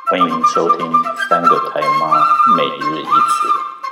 欢迎收听三个台妈每日一词。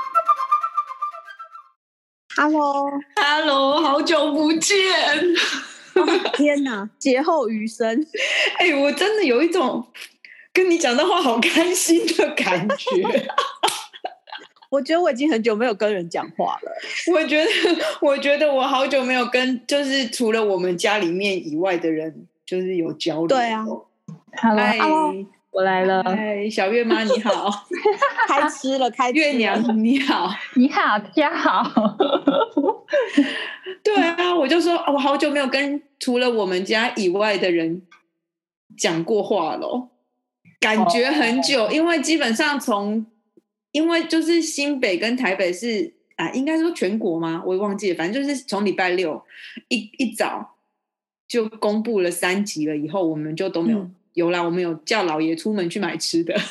Hello， 好久不见！ 天哪，劫后余生。 我真的有一种跟你讲的话好开心的感觉。 我觉得我已经很久没有跟人讲话了。 我觉得我好久没有跟，就是除了我们家里面以外的人，就是有交流。 对啊 ，Hello， 我来了。 嗨，小月妈你好。 开吃了， 月娘你好。 你好，大家好。 对啊，我就说我好久没有跟除了我们家以外的人讲过话了，感觉很久，因为基本上因为就是新北跟台北是应该说全国吗？我也忘记了，反正就是从礼拜六一早就公布了3级了，以后我们就都没有、有啦，我们有叫老爷出门去买吃的。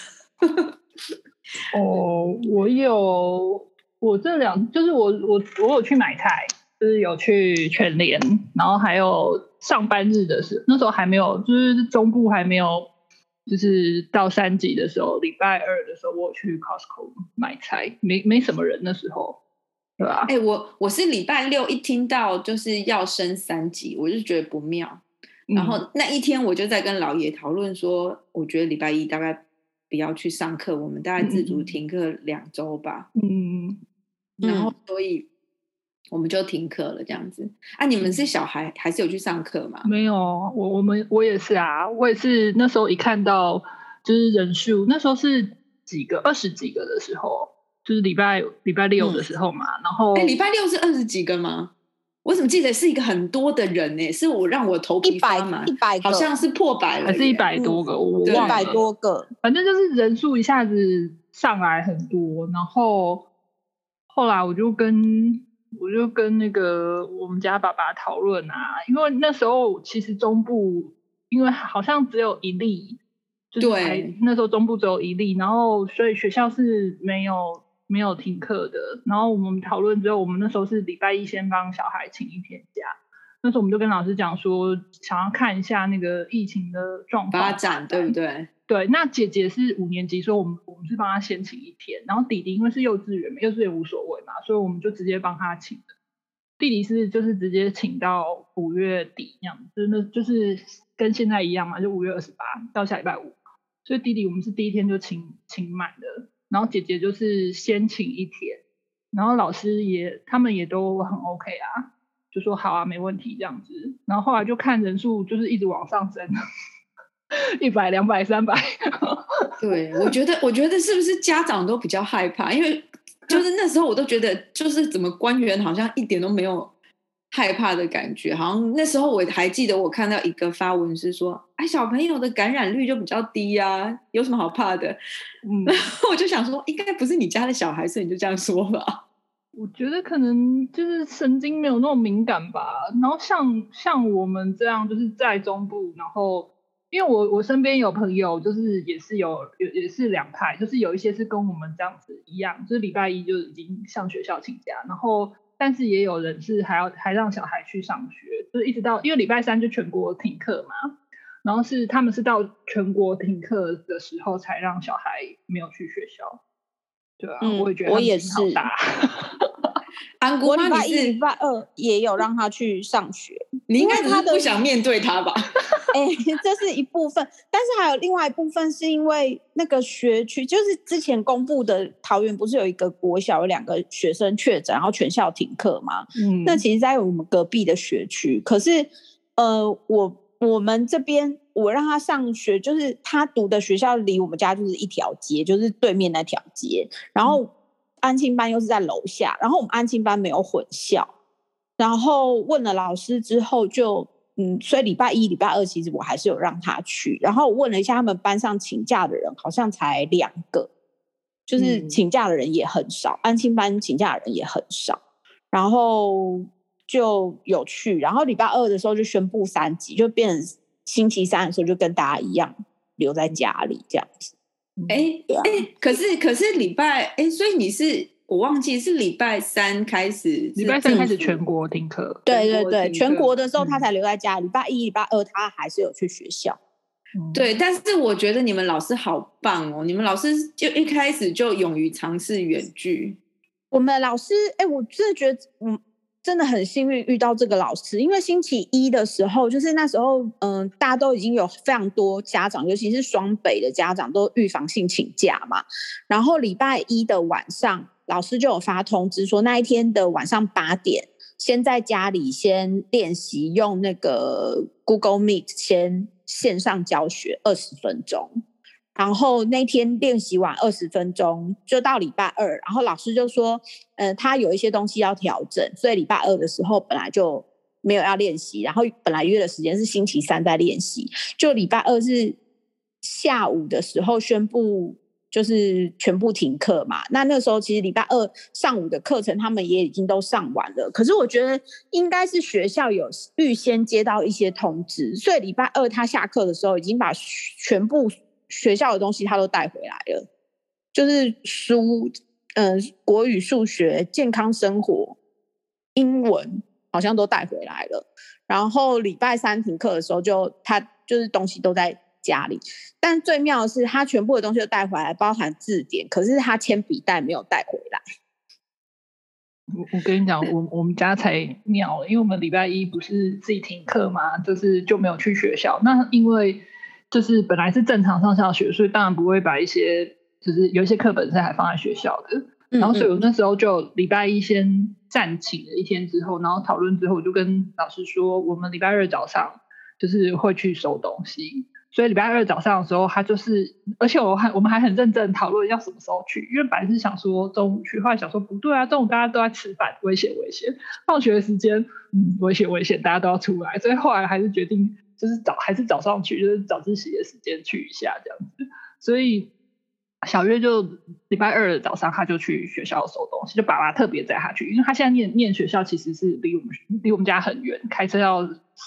我这就是我有去买菜，就是有去全联，然后还有上班日的时候，那时候还没有，就是中部还没有，就是到3级的时候，礼拜二的时候我有去 Costco 买菜，没什么人那时候，对吧？ 我是礼拜六一听到就是要升3级，我就觉得不妙，然后那一天我就在跟老爷讨论说，我觉得礼拜一大概不要去上课，我们大概自主停课2周吧。然后所以我们就停课了这样子。你们是小孩还是有去上课吗？ 没有，我也是啊，我也是那时候一看到就是人数，那时候是20几个的时候，就是礼拜六的时候嘛，然后礼拜六是20几个吗？我怎么记得是一个很多的人呢？是让我头皮发麻 ，100个， 好像是破百了， 还是100多个，我忘了 100多个， 反正就是人数一下子上来很多，然后后来我就跟那个我们家爸爸讨论因为那时候其实中部因为好像只有1例，就是那时候中部只有1例，然后所以学校是没有停课的。然后我们讨论之后，我们那时候是礼拜一先帮小孩请1天假。那时候我们就跟老师讲说，想要看一下那个疫情的状况发展，对不对？ 对，那姐姐是5年级，所以我们是帮她先请1天，然后弟弟因为是幼稚园嘛，幼稚园无所谓嘛，所以我们就直接帮他请的。弟弟是就是直接请到5月底那样子，就是跟现在一样嘛，就5月28到下礼拜5，所以弟弟我们是第1天就请满的，然后姐姐就是先请1天，然后老师他们也都很 OK 啊，就说好啊，没问题这样子。然后后来就看人数就是一直往上升，100、200、300。 对，我觉得是不是家长都比较害怕，因为就是那时候我都觉得，就是怎么官员好像一点都没有害怕的感觉，好像那时候我还记得我看到一个发文是说，小朋友的感染率就比较低啊，有什么好怕的？然后我就想说，应该不是你家的小孩，所以你就这样说吧。 我觉得可能就是神经没有那么敏感吧。然后像我们这样就是在中部，然后因为我身边有朋友就是也是2派，就是有一些是跟我们这样子一样，就是礼拜一就已经向学校请假，然后但是也有人是还让小孩去上学，就是一直到因为礼拜3就全国停课嘛，然后他们是到全国停课的时候才让小孩没有去学校。对啊，我也觉得我也是。我礼拜1、礼拜2也有让他去上学， 你应该只是不想面对他吧？ 这是一部分，但是还有另外一部分是因为那个学区，就是之前公布的桃园不是有一个国小有2个学生确诊，然后全校停课吗？那其实在我们隔壁的学区，可是我们这边我让他上学，就是他读的学校离我们家就是一条街，就是对面那条街，然后安亲班又是在楼下，然后我们安亲班没有混校，然后问了老师之后就所以礼拜1、礼拜2其实我还是有让他去，然后我问了一下他们班上请假的人好像才2个，就是请假的人也很少，安亲班请假的人也很少，然后就有去，然后礼拜2的时候就宣布3级，就变成星期3的时候就跟大家一样留在家里这样子。 可是礼拜所以你是我忘记是礼拜3开始， 礼拜3开始全国停课。 对对对，全国的时候他才留在家，礼拜1、礼拜2他还是有去学校。 对，但是我觉得你们老师好棒哦，你们老师就一开始就勇于尝试远距。 我们老师，我真的觉得，真的很幸运遇到这个老师，因为星期一的时候，就是那时候，大家都已经有非常多家长，尤其是双北的家长都预防性请假嘛。然后礼拜一的晚上，老师就有发通知说，那一天的晚上8点，先在家里先练习用那个 Google Meet 先线上教学20分钟。然后那天练习完20分钟就到礼拜二，然后老师就说他有一些东西要调整，所以礼拜二的时候本来就没有要练习，然后本来约的时间是星期三在练习，就礼拜二是下午的时候宣布就是全部停课嘛。那个时候其实礼拜二上午的课程他们也已经都上完了，可是我觉得应该是学校有预先接到一些通知，所以礼拜二他下课的时候已经把全部学校的东西他都带回来了，就是书国语、数学、健康生活、英文好像都带回来了。然后礼拜三停课的时候他就是东西都在家里，但最妙的是他全部的东西都带回来，包含字典，可是他铅笔袋没有带回来。 我跟你讲，我们家才妙了，因为我们礼拜一不是自己停课嘛，就没有去学校。那因为就是本来是正常上下学，所以当然不会把一些就是有一些课本是还放在学校的。然后所以我那时候就礼拜一先暂请了一天之后，然后讨论之后，我就跟老师说，我们礼拜二早上就是会去收东西。所以礼拜二早上的时候，他就是，而且我们还很认真讨论要什么时候去，因为本来是想说中午去，后来想说不对啊，中午大家都在吃饭，危险，放学的时间，危险，大家都要出来，所以后来还是决定就是还是早上去，就是早自习的时间去一下这样子。所以小月就礼拜二的早上他就去学校收东西，就爸爸特别载他去，因为他现在念学校其实是离我们家很远，开车要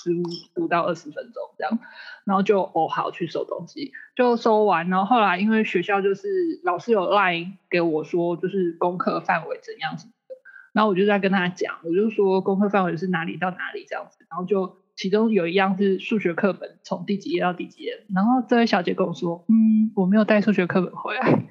15到20分钟这样，然后就好去收东西，就收完。然后后来因为学校就是老师有 LINE 给我说就是功课范围怎样什么的，然后我就在跟他讲，我就说功课范围是哪里到哪里这样子，然后就其中有一样是数学课本从第几页到第几页，然后这位小姐跟我说我没有带数学课本回来。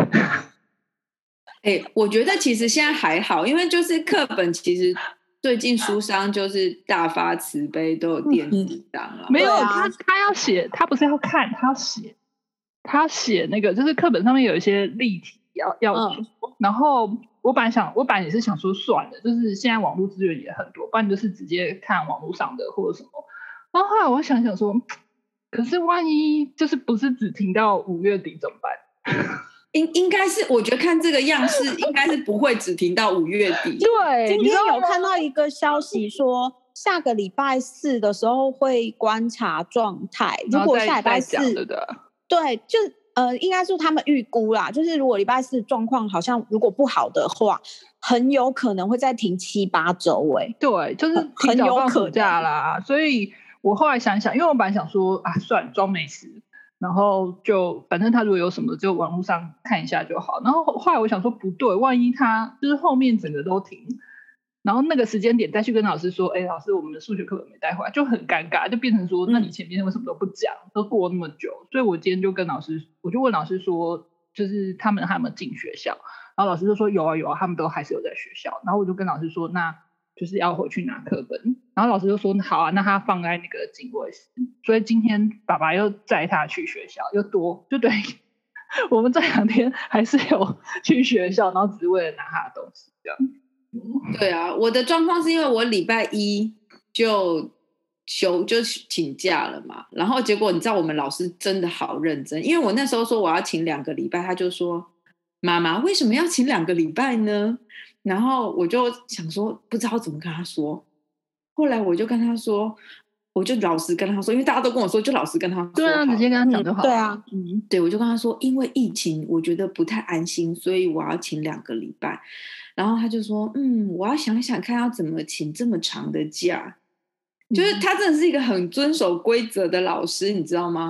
我觉得其实现在还好，因为就是课本其实最近书商就是大发慈悲，都有电子档了。 没有，他要写，他不是要看，他要写那个，就是课本上面有一些例题要写。然后我本来也是想说算了，就是现在网络资源也很多，不然就是直接看网络上的或者什么。然后后来我想说，可是万一就是不是只停到5月底怎么办？ 应该是，我觉得看这个样式，应该是不会只停到5月底。 对，今天有看到一个消息说，下个礼拜4的时候会观察状态。如果下礼拜4，对，就应该是他们预估啦，就是如果礼拜4状况好像如果不好的话，很有可能会再停7、8周。 对，就是提早放暑假啦。所以我后来想想，因为我本来想说算了，装没事。然后就反正他如果有什么就网络上看一下就好，然后后来我想说不对，万一他就是后面整个都停，然后那个时间点再去跟老师说老师我们的数学课本没带回来，就很尴尬，就变成说那你前面为什么都不讲，都过那么久。所以我今天就跟我就问老师说，就是他们进学校，然后老师就说有啊，他们都还是有在学校。然后我就跟老师说那就是要回去拿课本，然后老师就说好啊，那他放在那个警卫室。所以今天爸爸又载他去学校，就等于我们这2天还是有去学校，然后只是为了拿他的东西这样。 对啊，我的状况是因为我礼拜一就请假了嘛，然后结果你知道我们老师真的好认真，因为我那时候说我要请2个礼拜，他就说妈妈为什么要请2个礼拜呢？然后我就想说不知道怎么跟他说，后来我就跟他说，我就老实跟他说，因为大家都跟我说就老实跟他说， 对啊，直接跟他讲就好。 对啊， 对，我就跟他说因为疫情我觉得不太安心，所以我要请2个礼拜。然后他就说我要想想看要怎么请这么长的假，就是他真的是一个很遵守规则的老师，你知道吗？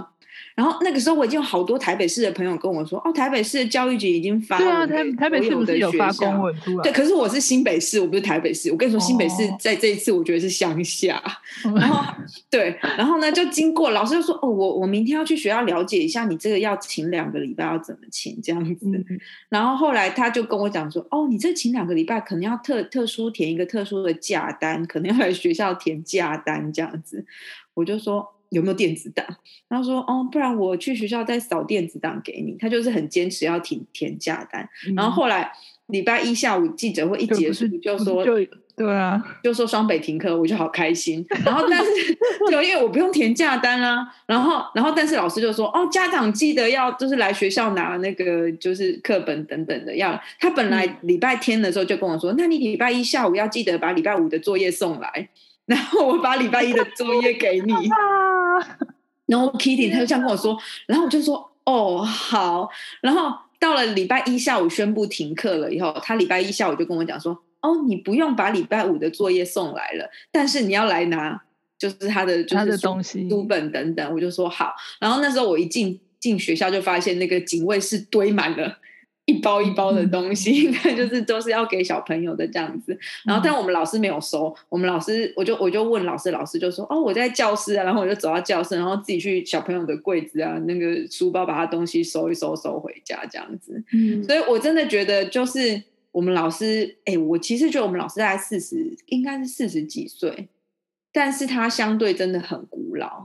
然后那个时候我已经有好多台北市的朋友跟我说，台北市的教育局已经发文给台北市不是有发公文出来？ 对，可是我是新北市，我不是台北市。我跟你说，新北市在这一次我觉得是乡下。然后对，然后呢就经过老师就说，我明天要去学校了解一下，你这个要请2个礼拜要怎么请这样子。然后后来他就跟我讲说，你这请2个礼拜可能要特殊填一个特殊的假单，可能要来学校填假单这样子。我就说有没有电子档？他说不然我去学校再扫电子档给你。他就是很坚持要填假单。然后后来礼拜1下午记者会一结束就说对啊， 就说双北停课，我就好开心。然后但是就因为我不用填假单啦，然后但是老师就说家长记得要就是来学校拿那个就是课本等等的要。他本来礼拜天的时候就跟我说，那你礼拜1下午要记得把礼拜5的作业送来。然后我把礼拜1的作业给你。然后 Kitty 他就这样跟我说，然后我就说好。然后到了礼拜1下午宣布停课了以后，他礼拜1下午就跟我讲说，你不用把礼拜5的作业送来了，但是你要来拿就是他的东西书本等等。我就说好。然后那时候我一进学校就发现那个警卫室堆满了一包一包的东西，应该就是都是要给小朋友的这样子。然后但我们老师没有收，我们老师我就问老师，老师就说我在教室啊。然后我就走到教室，然后自己去小朋友的柜子啊那个书包把他东西收一收回家这样子。所以我真的觉得就是我们老师我其实觉得我们老师大概应该是40几岁，但是他相对真的很古老。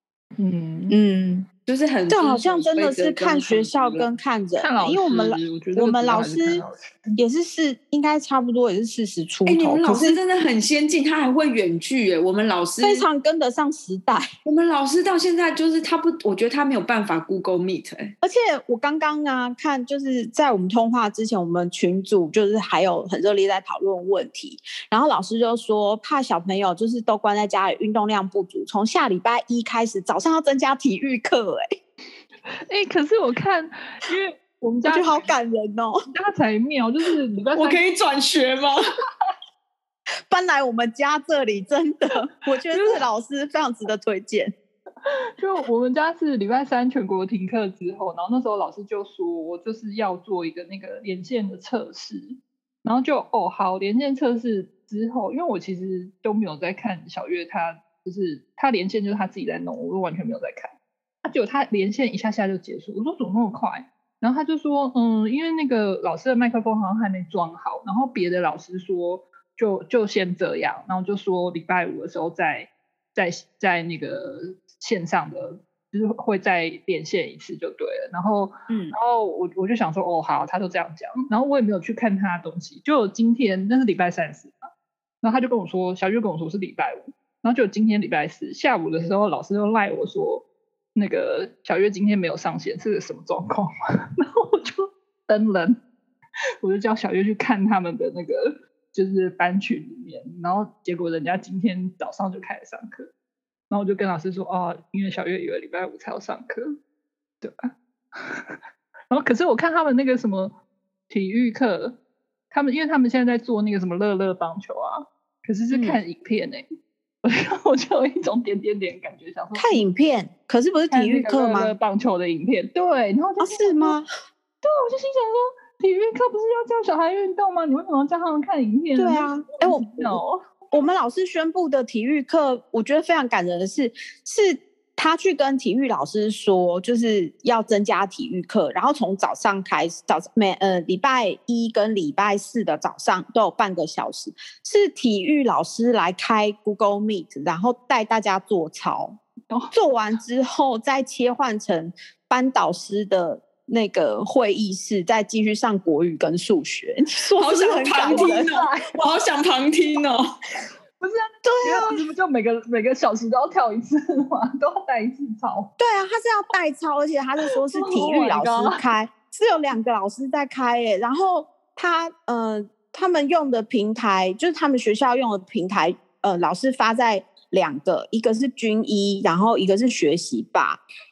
就是很， 这好像真的是看学校跟看人，因为我们老师也是应该差不多也是40出头。 你们老师真的很先进，他还会远距我们老师非常跟得上时代。 我们老师到现在就是我觉得他没有办法 Google Meet。 而且我刚刚看，就是在我们通话之前，我们群组就是还有很热烈在讨论问题，然后老师就说怕小朋友就是都关在家里，运动量不足，从下礼拜1开始早上要增加体育课。 可是我看，因为我们家我觉得好感人哦， 家才妙，就是礼拜3 我可以转学吗？ 搬来我们家这里，真的，我觉得这个老师非常值得推荐。 就我们家是礼拜3全国停课之后，然后那时候老师就说我就是要做一个那个连线的测试，然后就好，连线测试之后，因为我其实都没有在看小月，他就是他连线就是他自己在弄，我都完全没有在看。结果他连线一下下就结束，我说怎么那么快？然后他就说因为那个老师的麦克风好像还没装好，然后别的老师说就先这样，然后就说礼拜5的时候在那个线上的就是会再连线一次就对了。然后我就想说好，他都这样讲，然后我也没有去看他的东西。就今天那是礼拜30嘛，然后他就跟我说，小月跟我说是礼拜5，然后就今天礼拜4下午的时候，老师就赖我说那个小月今天没有上线，是什么状况？然后我就登人，我就叫小月去看他们的那个就是班群里面，然后结果人家今天早上就开始上课，然后我就跟老师说因为小月以为礼拜5才要上课，对吧？然后可是我看他们那个什么体育课，因为他们现在在做那个什么乐乐棒球啊，可是是看影片我就有一种点感觉，想说看影片，可是不是体育课吗？ 棒球的影片，对，然后是吗？ 对，我就心想说，体育课不是要教小孩运动吗？你为什么要叫他们看影片？ 对啊，我们老师宣布的体育课，我觉得非常感人的是他去跟体育老师说，就是要增加体育课，然后从早上开始，礼拜1跟礼拜4的早上都有半个小时，是体育老师来开 Google Meet， 然后带大家做操，做完之后再切换成班导师的那个会议室，再继续上国语跟数学。你说好想旁听我好想旁听不是对啊，你们就每个小时都要跳一次吗？都要带一次操？ 对啊，他是要带操，而且他是说是体育老师开，是有2个老师在开耶。然后他们用的平台，就是他们学校用的平台，老师发在2个，一个是军医，然后一个是学习吧。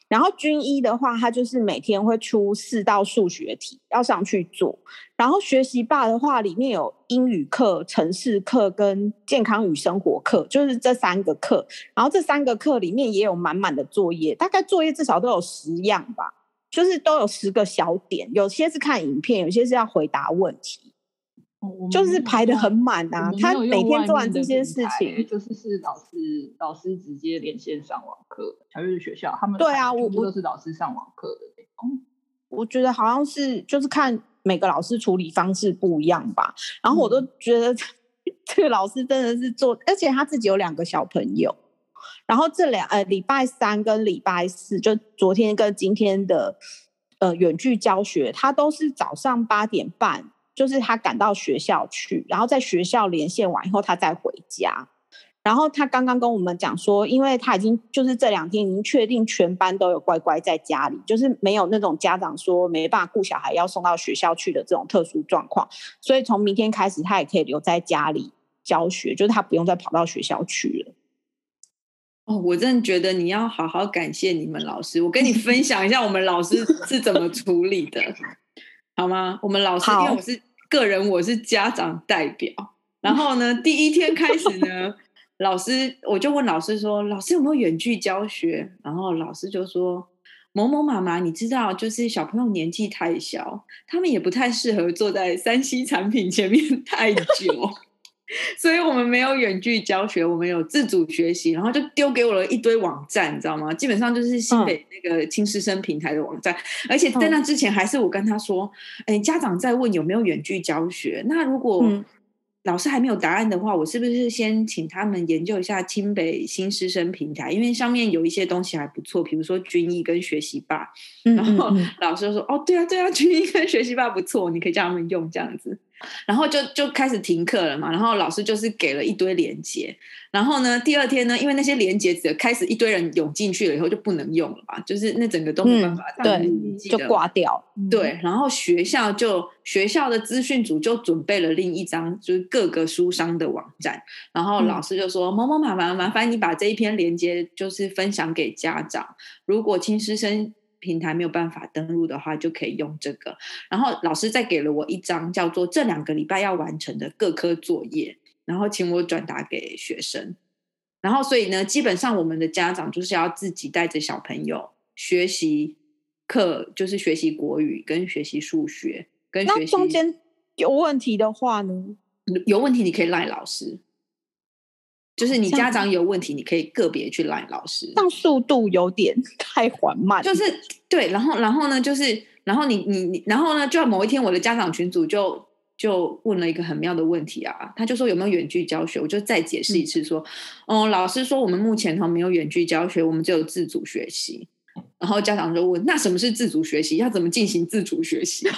然后军医的话，它就是每天会出4道数学题要上去做。然后学习吧的话，里面有英语课、程式课跟健康与生活课，就是这3个课。然后这3个课里面也有满满的作业，大概作业至少都有10样吧，就是都有10个小点，有些是看影片，有些是要回答问题。就是排得很满啊，他每天做完这些事情， 就是老师直接连线上网课，小月的学校他们对啊， 全部都是老师上网课的那种。 我觉得好像是就是看每个老师处理方式不一样吧，然后我都觉得这个老师真的是做，而且他自己有2个小朋友，然后这礼拜3跟礼拜4，就昨天跟今天的远距教学，他都是早上8点半。就是他赶到学校去，然后在学校连线完以后他再回家。然后他刚刚跟我们讲说，因为他已经就是这2天已经确定全班都有乖乖在家里，就是没有那种家长说没办法顾小孩要送到学校去的这种特殊状况，所以从明天开始他也可以留在家里教学，就是他不用再跑到学校去了。 哦，我真的觉得你要好好感谢你们老师。我跟你分享一下我们老师是怎么处理的好吗？我们老师因为我是个人，我是家长代表，然后呢第1天开始呢我就问老师说，老师有没有远距教学？然后老师就说，某某妈妈你知道，就是小朋友年纪太小，他们也不太适合坐在3C 产品前面太久所以我们没有远距教学，我们有自主学习，然后就丢给我了一堆网站，你知道吗？基本上就是新北那个亲师生平台的网站，而且在那之前还是我跟他说，家长在问有没有远距教学，那如果老师还没有答案的话，我是不是先请他们研究一下清北新师生平台，因为上面有一些东西还不错，比如说军医跟学习吧。然后老师就说，哦对啊对啊，军医跟学习吧不错，你可以叫他们用这样子。然后就开始停课了嘛，然后老师就是给了一堆连结，然后呢第2天呢，因为那些连结只开始一堆人涌进去了以后就不能用了嘛，就是那整个都没办法对，就挂掉。 对，然后学校的资讯组就准备了另一张就是各个书商的网站，然后老师就说，某某妈妈麻烦你把这一篇连结就是分享给家长，如果亲师生平台没有办法登录的话就可以用这个，然后老师再给了我一张叫做这2个礼拜要完成的各科作业，然后请我转达给学生，然后所以呢基本上我们的家长就是要自己带着小朋友学习课，就是学习国语跟学习数学跟学习。 那中间有问题的话呢？ 有问题你可以赖老师，就是你家长有问题你可以个别去赖老师， 但速度有点太缓慢， 就是对，然后呢就是然后你然后呢就某一天我的家长群组就问了一个很妙的问题啊，他就说有没有远距教学，我就再解释一次说，老师说我们目前没有远距教学，我们只有自主学习，然后家长就问，那什么是自主学习，要怎么进行自主学习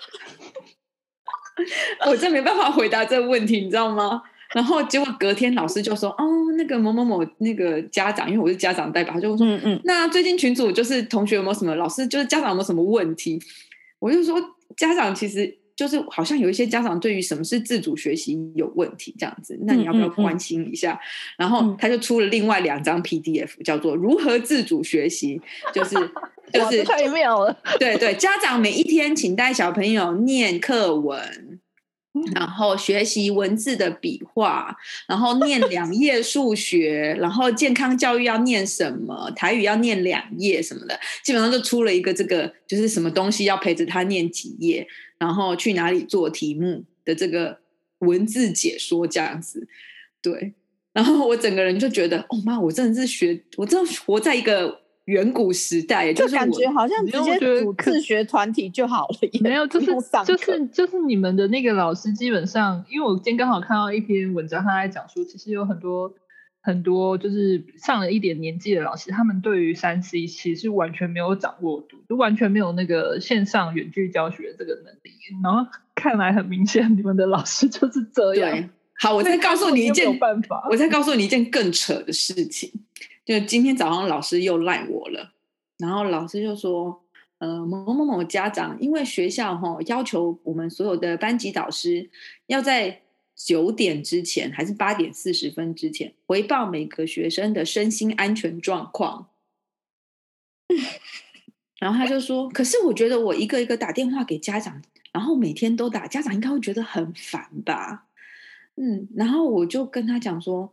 我真没办法回答这个问题你知道吗？然后结果隔天老师就说，那个某某某那个家长，因为我是家长代表，他就说那最近群组就是同学有没有什么，老师就是家长有没有什么问题，我就说家长其实就是好像有一些家长对于什么是自主学习有问题这样子，那你要不要关心一下？然后他就出了另外2张 PDF 叫做如何自主学习，就是太妙了。 对对，家长每一天请带小朋友念课文，然后学习文字的笔画，然后念2页数学，然后健康教育要念什么，台语要念2页什么的，基本上就出了一个这个就是什么东西要陪着他念几页，然后去哪里做题目的这个文字解说这样子。对，然后我整个人就觉得，妈，我真的活在一个远古时代， 就感觉好像直接组自学团体就好了， 没有，就是你们的那个老师基本上，因为我今天刚好看到一篇文章，他在讲说，其实有很多就是上了一点年纪的老师，他们对于3C 其实完全没有掌握度，就完全没有那个线上远距教学这个能力。然后看来很明显，你们的老师就是这样。 对，好，我再告诉你一件更扯的事情。就今天早上老师又赖我了，然后老师就说，某某某家长，因为学校要求我们所有的班级导师要在9点之前还是8点40分之前回报每个学生的身心安全状况。 然后他就说，可是我觉得我一个一个打电话给家长，然后每天都打，家长应该会觉得很烦吧。然后我就跟他讲说，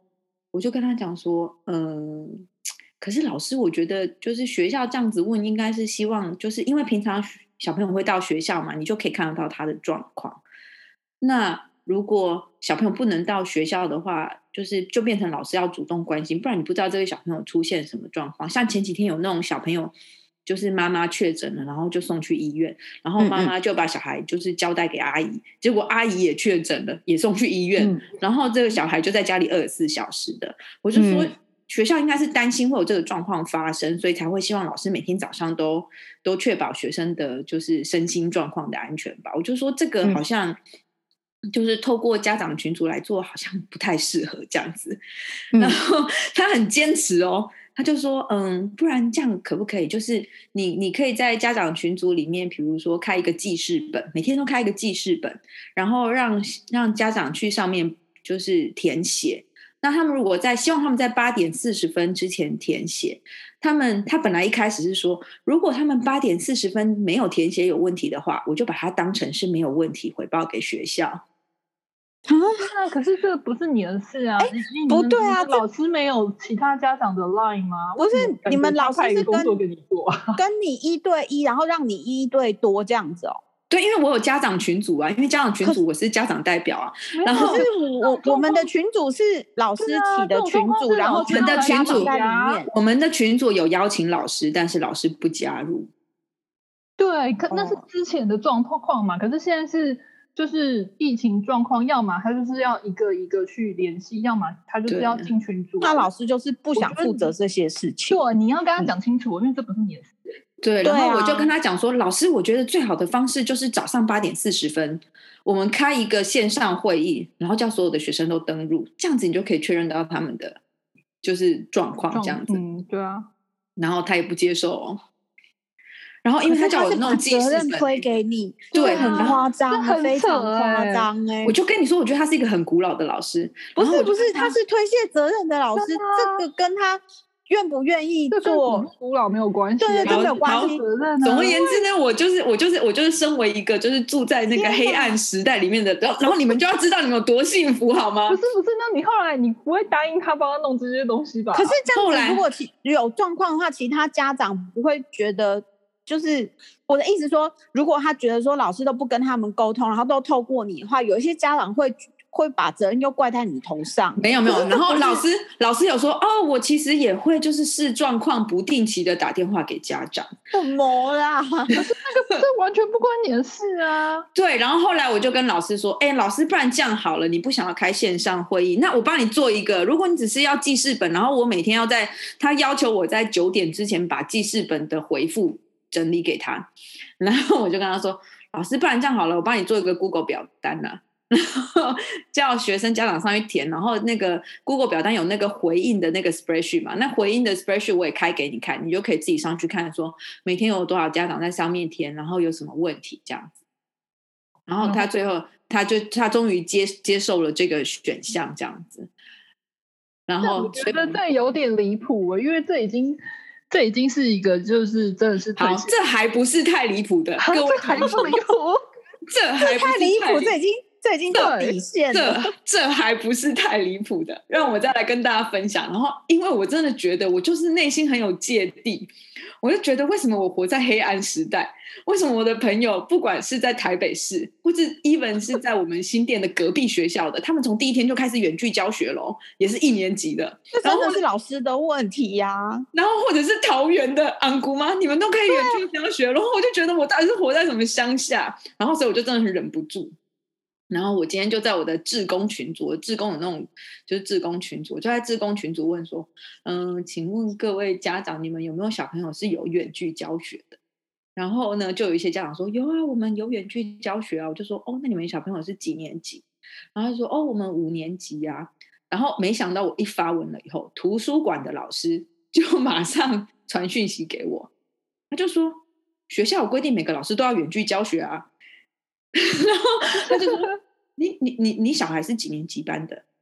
可是老师，我觉得就是学校这样子问，应该是希望，就是因为平常小朋友会到学校嘛，你就可以看得到他的状况。那如果小朋友不能到学校的话，就变成老师要主动关心，不然你不知道这个小朋友出现什么状况。像前几天有那种小朋友，就是妈妈确诊了，然后就送去医院，然后妈妈就把小孩就是交代给阿姨，结果阿姨也确诊了，也送去医院，然后这个小孩就在家里24小时的。我就说学校应该是担心会有这个状况发生，所以才会希望老师每天早上都确保学生的就是身心状况的安全吧。我就说这个好像就是透过家长群组来做，好像不太适合这样子。然后他很坚持哦，他就说不然这样可不可以，就是你可以在家长群组里面，比如说开一个记事本，每天都开一个记事本，然后让家长去上面就是填写。那他们如果希望他们在8点40分之前填写，他本来一开始是说，如果他们8点40分没有填写有问题的话，我就把它当成是没有问题回报给学校。 可是这不是你的事啊！ 不对啊， 老师没有其他家长的 line 吗？ 不是，你们老师是工作给你做， 跟你1对1，然后让你1对多这样子哦。 对，因为我有家长群组啊，因为家长群组我是家长代表啊。然后可是我们的群组是老师起的群组，然后我们的群组在里面， 我们的群组有邀请老师，但是老师不加入。 对，那是之前的状况嘛。可是现在是就是疫情状况，要么他就是要一个一个去联系，要么他就是要进群组。 那老师就是不想负责这些事情。 对，你要跟他讲清楚，因为这不是你的事。 对，然后我就跟他讲说，老师，我觉得最好的方式就是早上8点40分，我们开一个线上会议，然后叫所有的学生都登入，这样子你就可以确认到他们的就是状况，这样子。 对啊。 然后他也不接受哦。然后因为他叫我弄记事本， 推给你， 对， 很夸张，非常夸张我就跟你说，我觉得他是一个很古老的老师。 不是，他是推卸责任的老师，这个跟他愿不愿意做古老没有关系， 对，没有关系。 总而言之呢，我就是身为一个就是住在那个黑暗时代里面的，然后你们就要知道你们有多幸福好吗？ 不是，那你后来你不会答应他帮他弄这些东西吧？ 可是这样子，如果有状况的话，其他家长不会觉得。就是我的意思说，如果他觉得说老师都不跟他们沟通，然后都透过你的话，有一些家长会把责任又怪在你头上。 没有，然后老师有说我其实也会就是视状况不定期的打电话给家长。 什么啦？ 可是这完全不关你的事啊。 对，然后后来我就跟老师说，老师，不然这样好了，你不想要开线上会议，那我帮你做一个。如果你只是要记事本，然后我每天他要求我在9点之前把记事本的回复整理给他，然后我就跟他说，老师，不然这样好了，我帮你做一个 Google 表单啊，然后叫学生家长上去填，然后那个 Google 表单有那个回应的那个 spreadsheet 嘛，那回应的 spreadsheet 我也开给你看，你就可以自己上去看，说每天有多少家长在上面填，然后有什么问题这样子。然后他最后他终于接受了这个选项这样子。然后我觉得这有点离谱，因为这已经是一个就是真的是好，这还不是太离谱的，各位还不离谱， 这还不是太离谱，这已经到底线了， 这还不是太离谱的，让我再来跟大家分享。然后，因为我真的觉得我就是内心很有芥蒂，我就觉得为什么我活在黑暗时代？为什么我的朋友不管是在台北市，或是 even 是在我们新店的隔壁学校的，他们从第一天就开始远距教学咯，也是1年级的， 这真的是老师的问题呀。 然后或者是桃园的安姑妈，你们都可以远距教学，然后我就觉得我到底是活在什么乡下？然后所以我就真的是忍不住。然后我今天就在我的志工群组，志工有那种就是志工群组，就在志工群组问说，请问各位家长，你们有没有小朋友是有远距教学的？然后呢，就有一些家长说有啊，我们有远距教学啊。我就说那你们小朋友是几年级？然后他说我们5年级啊。然后没想到我一发文了以后，图书馆的老师就马上传讯息给我，他就说学校有规定每个老师都要远距教学啊。然后他就说你小孩是几年级班的？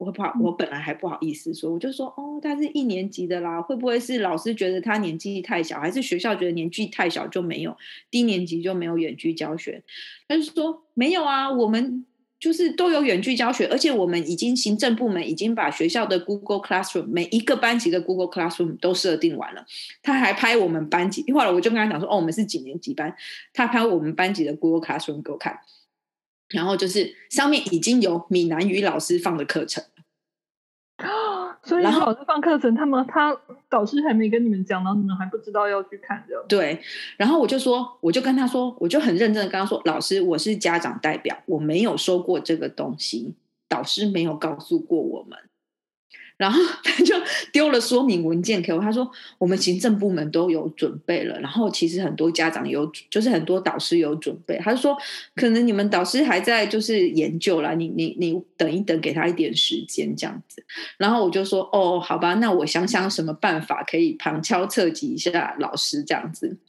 我本来还不好意思说，我就说他是1年级的啦，会不会是老师觉得他年纪太小，还是学校觉得年纪太小就没有低年级就没有远距教学？他就说没有啊，我们就是都有远距教学，而且我们已经行政部门已经把学校的 Google Classroom 每一个班级的 Google Classroom 都设定完了。他还拍我们班级，后来我就跟他讲说我们是几年级班，他拍我们班级的 Google Classroom 给我看，然后就是上面已经有闽南语老师放的课程。 所以老师放课程，他导师还没跟你们讲，然后你们还不知道要去看这样。 对，然后我就跟他说，我就很认真的跟他说，老师，我是家长代表，我没有收过这个东西，导师没有告诉过我们。然后他就丢了说明文件给我，他说我们行政部门都有准备了，然后其实很多家长就是很多导师有准备，他就说可能你们导师还在就是研究啦，你等一等，给他一点时间这样子。然后我就说好吧，那我想想什么办法可以旁敲侧击一下老师这样子。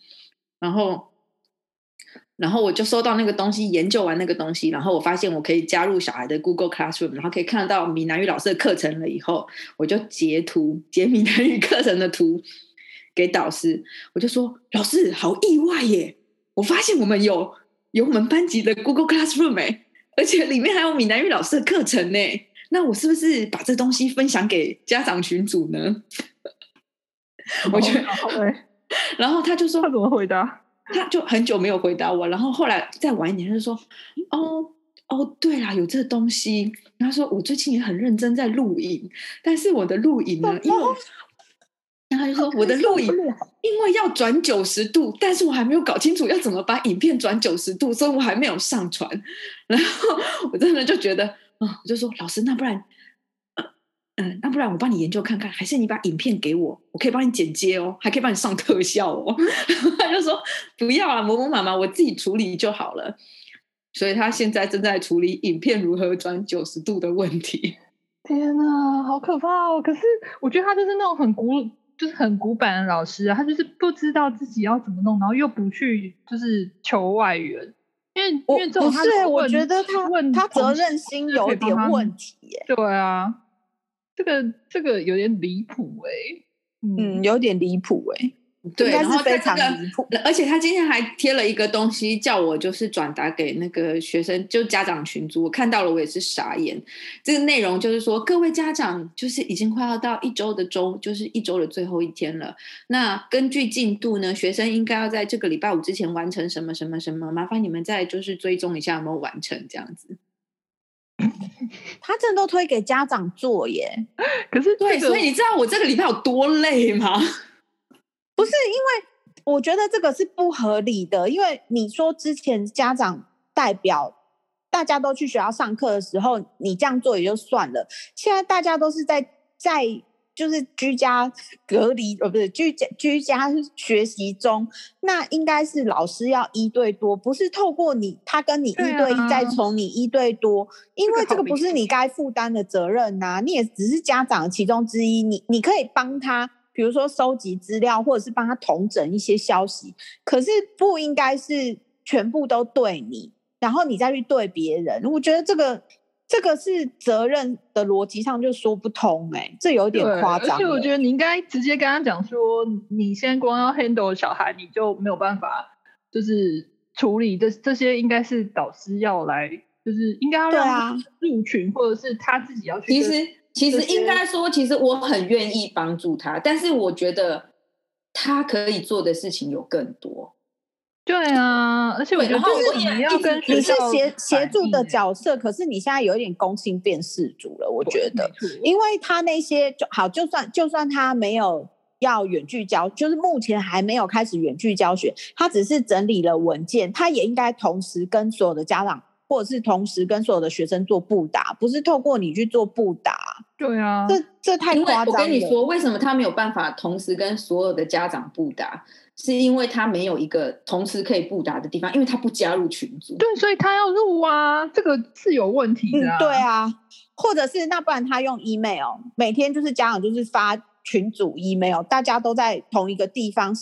然后我就收到那个东西，研究完那个东西，然后我发现我可以加入小孩的 Google Classroom， 然后可以看到闽南语老师的课程了以后，我就截闽南语课程的图给导师，我就说老师好意外耶，我发现我们有我们班级的 Google Classroom 而且里面还有闽南语老师的课程那我是不是把这东西分享给家长群组呢？我觉得好然后他就说他怎么回答？ 他就很久没有回答我，然后后来再晚一点他就说对啦，有这东西。然后他说我最近也很认真在录影，但是我的录影呢，因为然后他就说我的录影因为要转90度，但是我还没有搞清楚要怎么把影片转90度，所以我还没有上传。然后我真的就觉得我就说老师，那不然我帮你研究看看，还是你把影片给我，我可以帮你剪接还可以帮你上特效他就说不要啊，某某妈妈，我自己处理就好了。所以他现在正在处理影片如何转90度的问题。 天哪，好可怕哦！可是我觉得他就是那种很古板的老师啊，他就是不知道自己要怎么弄，然后又不去就是求外援。因为这种不是，我觉得他责任心有点问题耶。 对啊，这个有点离谱有点离谱对， 应该是非常离谱。 而且他今天还贴了一个东西叫我就是转达给那个学生，就家长群组，我看到了我也是傻眼。这个内容就是说，各位家长，就是已经快要到就是1周的最后一天了，那根据进度呢，学生应该要在这个礼拜5之前完成什么什么什么，麻烦你们再就是追踪一下有没有完成这样子。 他真的都推给家长做耶。 可是对，所以你知道我这个礼拜有多累吗？ 不是，因为我觉得这个是不合理的，因为你说之前家长代表大家都去学校上课的时候，你这样做也就算了，现在大家都是在就是居家隔离，不是居家学习中，那应该是老师要1对多，不是透过他跟你1对1，再从你1对多，因为这个不是你该负担的责任你也只是家长其中之一，你可以帮他，比如说收集资料，或者是帮他统整一些消息，可是不应该是全部都对你，然后你再去对别人。我觉得这个是责任的逻辑上就说不通这有点夸张。 而且我觉得你应该直接跟他讲说，你现在光要 handle 小孩，你就没有办法就是处理这些，应该是导师要来，就是应该要让他入群，或者是他自己要去。 其实应该说，其实我很愿意帮助他，但是我觉得他可以做的事情有更多。 对啊，而且我觉得你要跟你是协助的角色，可是你现在有一点公亲辨识主了，我觉得，因为他那些就算他没有要远距教，就是目前还没有开始远距教学，他只是整理了文件，他也应该同时跟所有的家长，或者是同时跟所有的学生做布达，不是透过你去做布达。 对啊， 这太夸张了。 我跟你说，为什么他没有办法同时跟所有的家长布达？是因为他没有一个同时可以布达的地方，因为他不加入群组。 对，所以他要入啊，这个是有问题的对啊，或者是那不然他用 email， 每天就是家长就是发群组 email， 大家都在同一个地方，是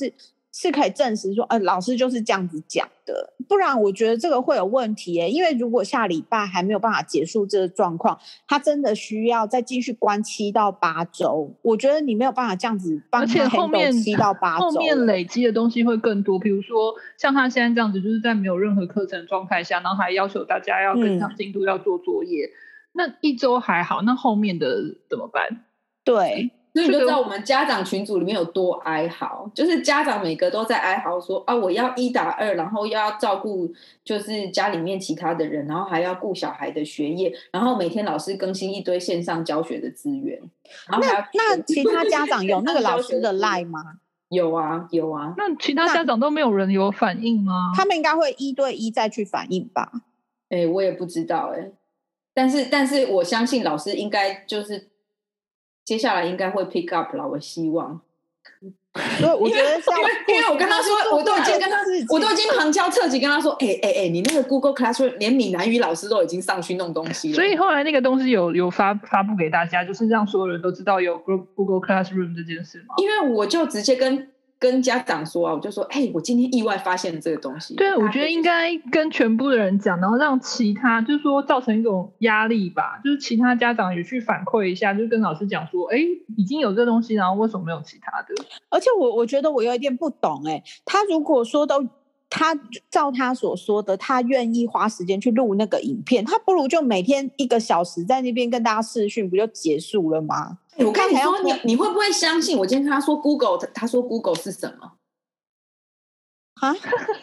是可以证实说，老师就是这样子讲的，不然我觉得这个会有问题耶。因为如果下礼拜还没有办法结束这个状况，他真的需要再继续关7到8周。我觉得你没有办法这样子帮他 handle 7到8周， 后面累积的东西会更多。比如说像他现在这样子，就是在没有任何课程状态下，然后还要求大家要跟上进度，要做作业。那1周还好，那后面的怎么办？ 对。 所以你就知道我们家长群组里面有多哀嚎，就是家长每个都在哀嚎说啊，我要1打2，然后又要照顾就是家里面其他的人，然后还要顾小孩的学业，然后每天老师更新一堆线上教学的资源，然后还要那其他家长有那个老师的 LINE 吗？ 有啊有啊。 那其他家长都没有人有反应吗？ 他们应该会1对1再去反应吧？ 我也不知道但是我相信老师应该就是接下来应该会 pick up 啦，我希望。 所以我觉得因为我跟他说，我都已经旁敲侧击跟他说，你那个 Google Classroom 连闽南语老师都已经上去弄东西了。 所以后来那个东西有发布给大家，就是让所有人都知道有 Google Classroom 这件事吗？ 因为我就直接跟家长说啊，我就说，我今天意外发现这个东西。 对，我觉得应该跟全部的人讲，然后让其他就是说造成一种压力吧，就是其他家长也去反馈一下，就跟老师讲说，已经有这东西，然后为什么没有其他的？ 而且我觉得我有一点不懂他如果说他照他所说的，他愿意花时间去录那个影片，他不如就每天1个小时在那边跟大家视讯，不就结束了吗？ 我跟你说，你会不会相信？我今天跟他说 Google， 他说 Google 是什么？ 啊？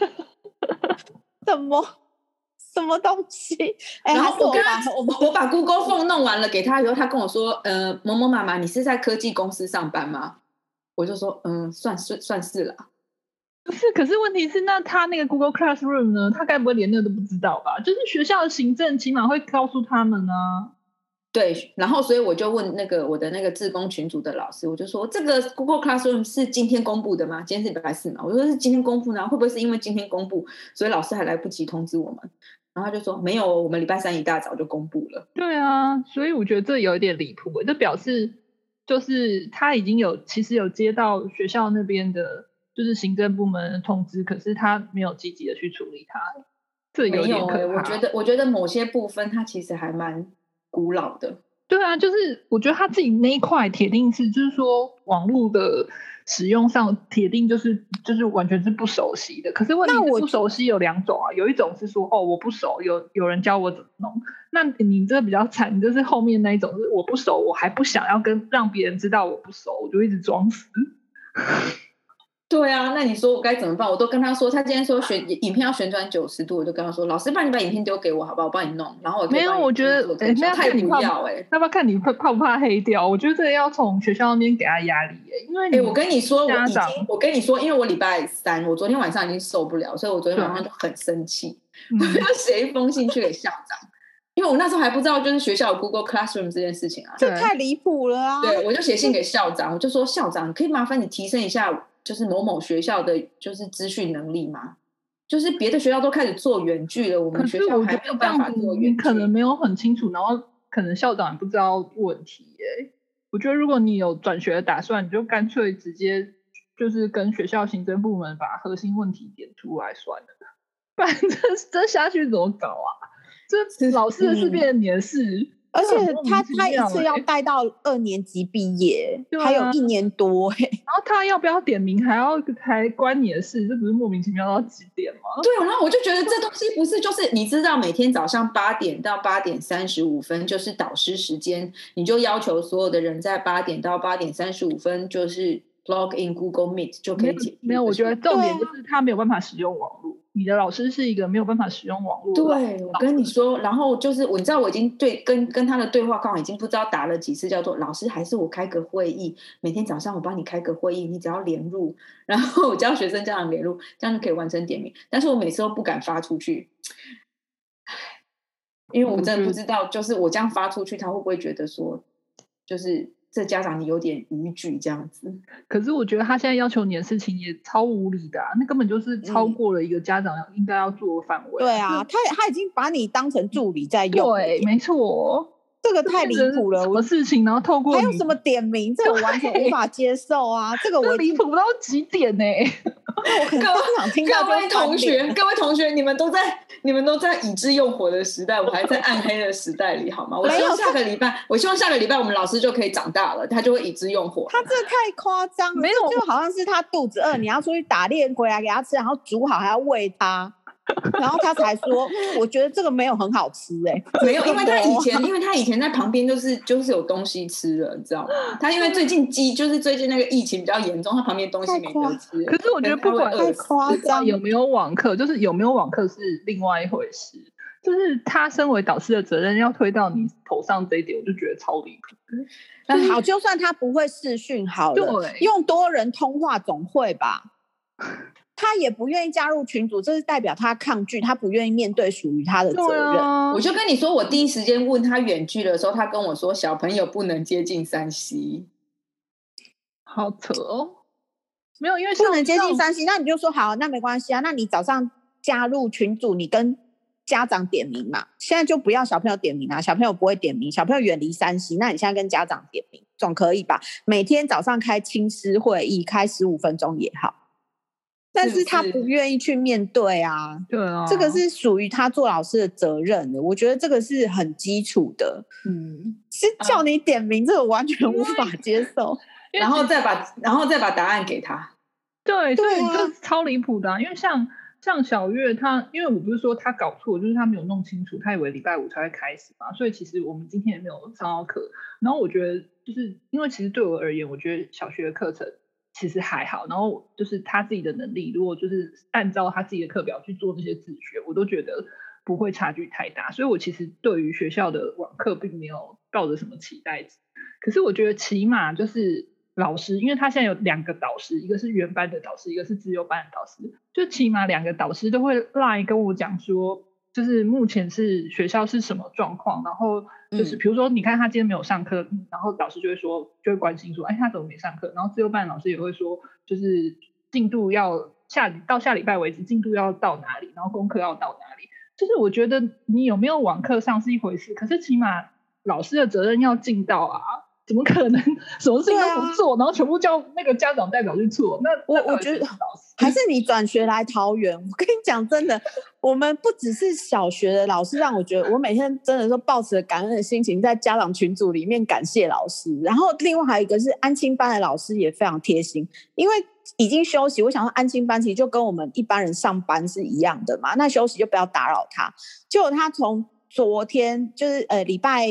什么东西？ 然后我把 Google Phone 弄完了给他以后，他跟我说，某某妈妈，你是在科技公司上班吗？我就说，算是啦。 不是，可是问题是，那他那个 Google Classroom 呢？他该不会连那个都不知道吧？就是学校的行政起码会告诉他们啊。 对，然后所以我就问我的那个志工群组的老师，我就说这个 Google Classroom 是今天公布的吗？今天是礼拜4嘛？我说是今天公布呢，会不会是因为今天公布，所以老师还来不及通知我们？然后他就说没有，我们礼拜3一大早就公布了。 对啊，所以我觉得这有一点离谱，这表示就是他已经其实有接到学校那边的，就是行政部门的通知，可是他没有积极的去处理它，这有点可怕。 我觉得某些部分他其实还蛮古老的。 对啊，就是我觉得他自己那一块铁定是，就是说网络的使用上铁定就是完全是不熟悉的。可是问题是不熟悉有2种啊，有一种是说我不熟，有人教我怎么弄。那你这比较惨，就是后面那一种是我不熟，我还不想要让别人知道我不熟，我就一直装死。 对啊，那你说我该怎么办？我都跟他说，他今天说影片要旋转90度，我就跟他说，老师，不然你把影片丢给我好不好？我帮你弄，然后我可以帮你。 没有，我觉得那太不要要不要看你怕不怕黑掉？我觉得这个要从学校那边给他压力因为我跟你说，我跟你说，因为我礼拜3，我昨天晚上已经受不了，所以我昨天晚上就很生气，我要写一封信去给校长。因为我那时候还不知道就是学校有 Google Classroom 这件事情啊， 这太离谱了啊！ 对，我就写信给校长，我就说校长，可以麻烦你提升一下就是某某学校的就是资讯能力吗？就是别的学校都开始做远距了，我们学校还没有办法做远距。 你可能没有很清楚，然后可能校长也不知道问题我觉得如果你有转学的打算，你就干脆直接就是跟学校行政部门把核心问题点出来算了，不然这下去怎么搞啊？这老师的事变成你的事， 而且他一次要带到2年级毕业，还有1年多然后他要不要点名还关你的事，这不是莫名其妙到几点吗？ 对，然后我就觉得这东西不是就是你知道每天早上8点到8点35分就是导师时间，你就要求所有的人在8点到8点35分就是 log in Google Meet 就可以解决。 没有，我觉得重点就是他没有办法使用网络。你的老师是一个没有办法使用网络的。 对，我跟你说，然后就是你知道我已经跟他的对话框已经不知道打了几次，叫做老师还是我开个会议，每天早上我帮你开个会议，你只要连入，然后我教学生家长连入，这样就可以完成点名。但是我每次都不敢发出去，因为我真的不知道，就是我这样发出去，他会不会觉得说，就是这家长你有点逾矩这样子。 可是我觉得他现在要求你的事情也超无理的那根本就是超过了一个家长应该要做的范围。 对啊，他已经把你当成助理在用。 对，没错， 这个太离谱了。 什么事情然后透过还有什么点名，这个完全无法接受啊！这个我离谱到极点那我可能当场听到各位同学，你们都在已知用火的时代，我还在暗黑的时代里，好吗？我希望下个礼拜我们老师就可以长大了，他就会已知用火。 他这太夸张了，就好像是他肚子饿，你要出去打猎回来给他吃，然后煮好还要喂他。然后他才说，我觉得这个没有很好吃没有，因为他以前在旁边就是有东西吃了，你知道吗？他因为最近那个疫情比较严重，他旁边东西没得吃。 可是我觉得不管太夸张， 有没有网课，就是有没有网课是另外一回事。就是他身为导师的责任要推到你头上这一点，我就觉得超离谱。 好，就算他不会视讯好了，用多人通话总会吧。他也不愿意加入群组，这是代表他抗拒，他不愿意面对属于他的责任。 我就跟你说，我第一时间问他远距的时候，他跟我说小朋友不能接近3C。 好扯哦，没有，因为不能接近3C，那你就说好，那没关系啊。那你早上加入群组，你跟家长点名嘛。现在就不要小朋友点名啊，小朋友不会点名，小朋友远离3C。那你现在跟家长点名，总可以吧？每天早上开亲师会议，开15分钟也好。但是他不愿意去面对啊， 对啊， 这个是属于他做老师的责任的，我觉得这个是很基础的，是叫你点名，这个完全无法接受， 然后再把答案给他， 对，所以这超离谱的因为像小月他，因为我不是说他搞错，就是他没有弄清楚，他以为礼拜5才会开始嘛，所以其实我们今天也没有上到课，然后我觉得就是因为其实对我而言，我觉得小学的课程其实还好，然后就是他自己的能力，如果就是按照他自己的课表去做这些自学，我都觉得不会差距太大，所以我其实对于学校的网课并没有抱着什么期待值。可是我觉得起码就是老师，因为他现在有2个导师，一个是原班的导师，一个是自由班的导师，就起码2个导师都会来跟我讲说，就是目前是学校是什么状况，然后就是比如说你看他今天没有上课，然后导师就会关心说，哎，他怎么没上课？然后自由班老师也会说，就是进度要到下礼拜为止，进度要到哪里，然后功课要到哪里。就是我觉得你有没有网课上是一回事，可是起码老师的责任要尽到啊。怎么可能什么事情都不做，然后全部叫那个家长代表去做？那我觉得还是你转学来桃园。我跟你讲，真的，我们不只是小学的老师，让我觉得我每天真的都抱持感恩的心情，在家长群组里面感谢老师。然后另外还有一个是安亲班的老师也非常贴心，因为已经休息，我想说安亲班其实就跟我们一般人上班是一样的嘛，那休息就不要打扰他。结果他从昨天就是礼拜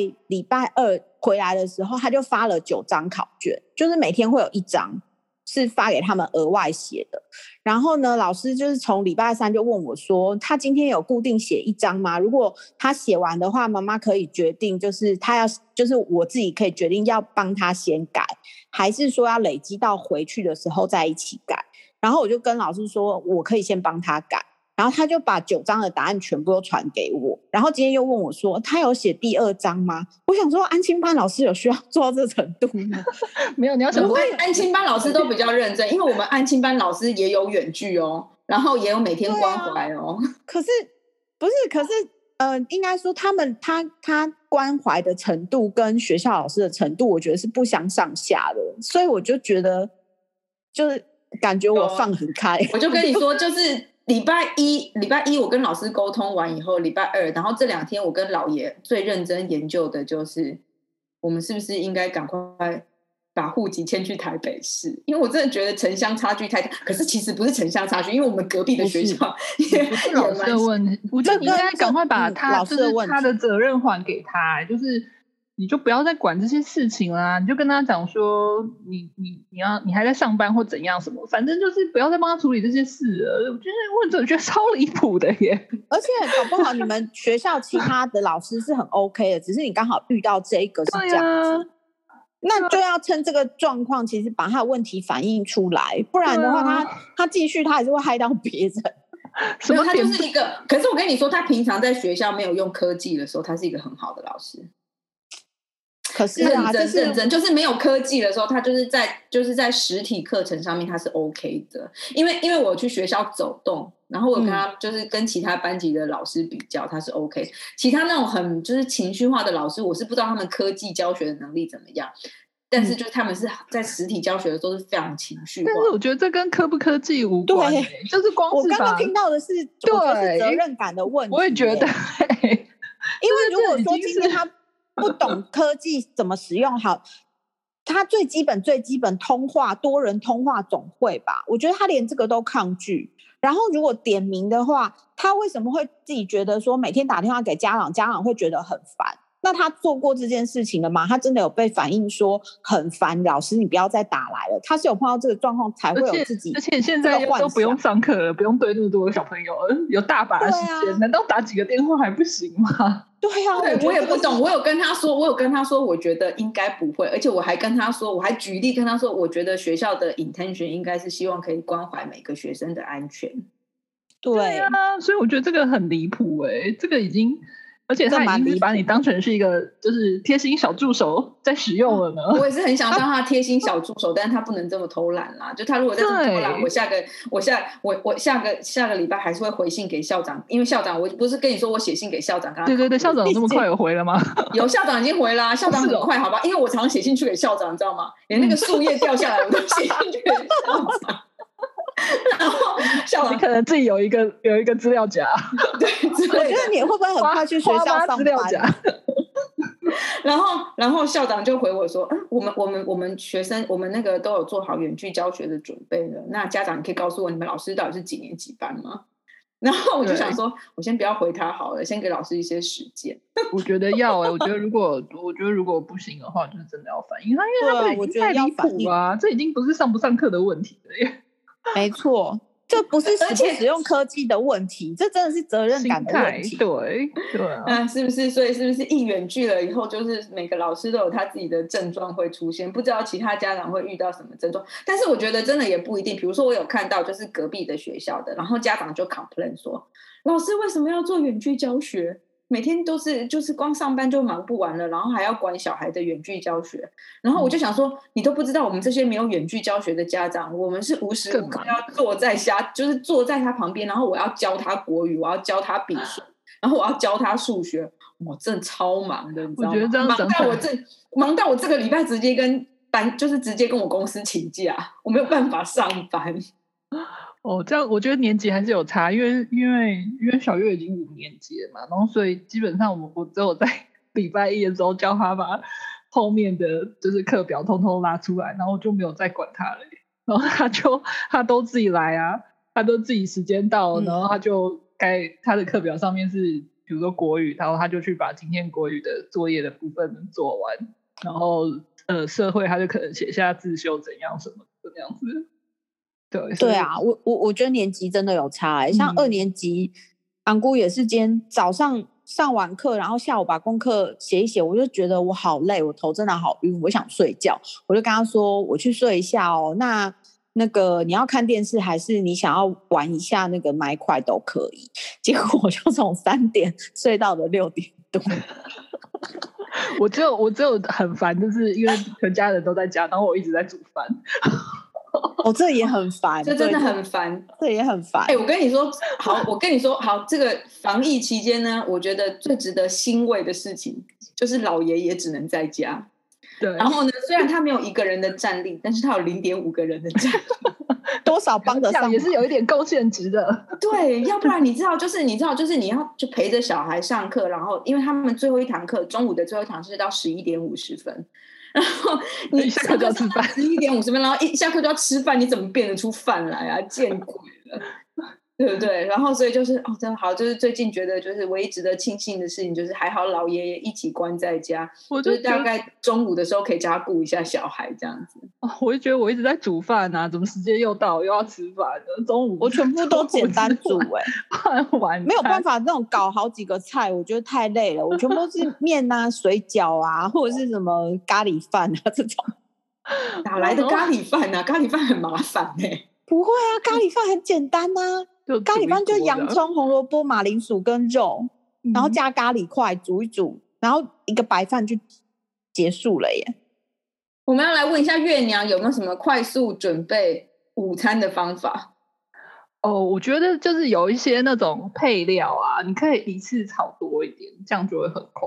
2回来的时候，他就发了9张考卷，就是每天会有1张是发给他们额外写的。然后呢，老师就是从礼拜3就问我说，他今天有固定写1张吗？如果他写完的话，妈妈可以决定，就是我自己可以决定要帮他先改，还是说要累积到回去的时候再一起改。然后我就跟老师说，我可以先帮他改。然后他就把9张的答案全部都传给我，然后今天又问我说，他有写第2章吗？我想说，安亲班老师有需要做到这程度吗？ 没有，你要想说， 安亲班老师都比较认真，因为我们安亲班老师也有远距哦，然后也有每天关怀哦。 可是应该说他关怀的程度跟学校老师的程度，我觉得是不相上下的，所以我就觉得就是感觉我放很开。 我就跟你说，就是礼拜一我跟老师沟通完以后，礼拜2，然后这2天我跟老爷最认真研究的就是我们是不是应该赶快把户籍迁去台北市，因为我真的觉得城乡差距太大。可是其实不是城乡差距，因为我们隔壁的学校也不是老师的问题。我觉得你应该赶快把他的责任还给他，就是你就不要再管这些事情啦，你就跟他讲说你还在上班或怎样什么，反正就是不要再帮他处理这些事了。我觉得超离谱的耶。 而且搞不好你们学校其他的老师是很 OK 的，只是你刚好遇到这一个是这样子。那就要趁这个状况，其实把他的问题反映出来，不然的话他继续他还是会害到别人。 什么？他就是一个，可是我跟你说，他平常在学校没有用科技的时候，他是一个很好的老师。 可是认真就是没有科技的时候，他就是在实体课程上面他是 OK 的，因为我去学校走动，然后我跟他就是跟其他班级的老师比较，他是 OK。其他那种很就是情绪化的老师，我是不知道他们科技教学的能力怎么样。 但是就是他们是在实体教学的时候是非常情绪化。 但是我觉得这跟科不科技无关、就是光是我刚刚听到的是，我觉得是责任感的问题。 我也觉得， 因为如果说今天他不懂科技怎么使用好，他最基本通话多人通话总会吧，我觉得他连这个都抗拒。然后如果点名的话，他为什么会自己觉得说每天打电话给家长，家长会觉得很烦？那他做过这件事情了吗？他真的有被反映说很烦，老师你不要再打来了？他是有碰到这个状况才会有自己， 而且现在都不用上课了，不用对那么多小朋友了，有大把的时间，难道打几个电话还不行吗？ 对啊， 我也不懂。我有跟他说，我觉得应该不会，而且我还跟他说，我还举例跟他说，我觉得学校的 intention 应该是希望可以关怀每个学生的安全。 对啊，所以我觉得这个很离谱这个已经。而且他已经是把你当成是一个就是贴心小助手在使用了呢。 我也是很想当他贴心小助手，但是他不能这么偷懒啦。就他如果再这么偷懒，我下个礼拜还是会回信给校长，因为校长我不是跟你说我写信给校长， 对，校长有那么快有回了吗？ 有，校长已经回啦，校长很快，好吧？因为我常写信去给校长，你知道吗？连那个树叶掉下来我都写信去给校长。然后校长可能自己有一个资料夹， 对， 我觉得你会不会很快去学校上班？ 资料夹。 然后校长就回我说，我们学生我们那个都有做好远距教学的准备了，那家长你可以告诉我你们老师到底是几年几班吗？然后我就想说，我先不要回他好了，先给老师一些时间。 我觉得要我觉得如果不行的话，就是真的要反映他，因为他们已经太离谱啊，这已经不是上不上课的问题了耶。 没错，这不是使用科技的问题，这真的是责任感的问题。 对啊， 是不是？所以是不是一远距了以后，就是每个老师都有他自己的症状会出现，不知道其他家长会遇到什么症状。但是我觉得真的也不一定，比如说我有看到就是隔壁的学校的，然后家长就 complain 说，老师为什么要做远距教学？每天都是就是光上班就忙不完了，然后还要管小孩的远距教学。然后我就想说，你都不知道我们这些没有远距教学的家长，我们是无时无刻要坐在就是坐在他旁边，然后我要教他国语，我要教他笔数，然后我要教他数学，我真的超忙的，你知道吗？ 我觉得这样忙到我这个礼拜直接跟我公司请假，我没有办法上班。 这样我觉得年级还是有差，因为小月已经5年级了嘛，然后所以基本上我只有在礼拜一的时候教他把后面的就是课表通通拉出来，然后就没有再管他了，然后他都自己来啊，他都自己时间到，然后他就他的课表上面是比如说国语，然后他就去把今天国语的作业的部分做完，然后社会他就可能写下自修怎样什么这样子。 对啊，我觉得年级真的有差像2年级安姑也是今天早上上完课，然后下午把功课写一写，我就觉得我好累，我头真的好晕，我想睡觉，我就跟他说我去睡一下哦，那个你要看电视还是你想要玩一下那个麦块都可以，结果我就从3点睡到了6点多。 我只有很烦，就是因为全家人都在家，然后我一直在煮饭。 这也很烦， 这真的很烦， 这也很烦。 我跟你说好，这个防疫期间呢，我觉得最值得欣慰的事情就是老爷也只能在家。 对， 然后呢，虽然他没有1个人的战力，但是他有0.5个人的战力， 多少帮得上， 也是有一点贡献值的。 对，要不然你知道，就是你要就陪着小孩上课，然后因为他们最后一堂课，中午的最后一堂是到11点50分。然后你下课就要吃饭 ，11点50分，然后一下课就要吃饭，你怎么变得出饭来啊？见鬼了，对不对？然后所以就是真的好，就是最近觉得就是唯一值得庆幸的事情，就是还好老爷爷一起关在家，就是大概中午的时候可以叫他顾一下小孩这样子。 我就觉得我一直在煮饭啊，怎么时间又到又要吃饭了？中午我全部都简单煮晚没有办法那种搞好几个菜，我觉得太累了。我全部都是面啊、水饺啊，或者是什么咖喱饭啊这种。 哪来的咖喱饭啊？咖喱饭很麻烦不会啊，咖喱饭很简单啊。咖喱饭就洋葱、红萝卜、马铃薯跟肉，然后加咖喱块煮一煮，然后一个白饭就结束了耶。 我们要来问一下月娘有没有什么快速准备午餐的方法？ 我觉得就是有一些那种配料啊，你可以一次炒多一点，这样就会很快。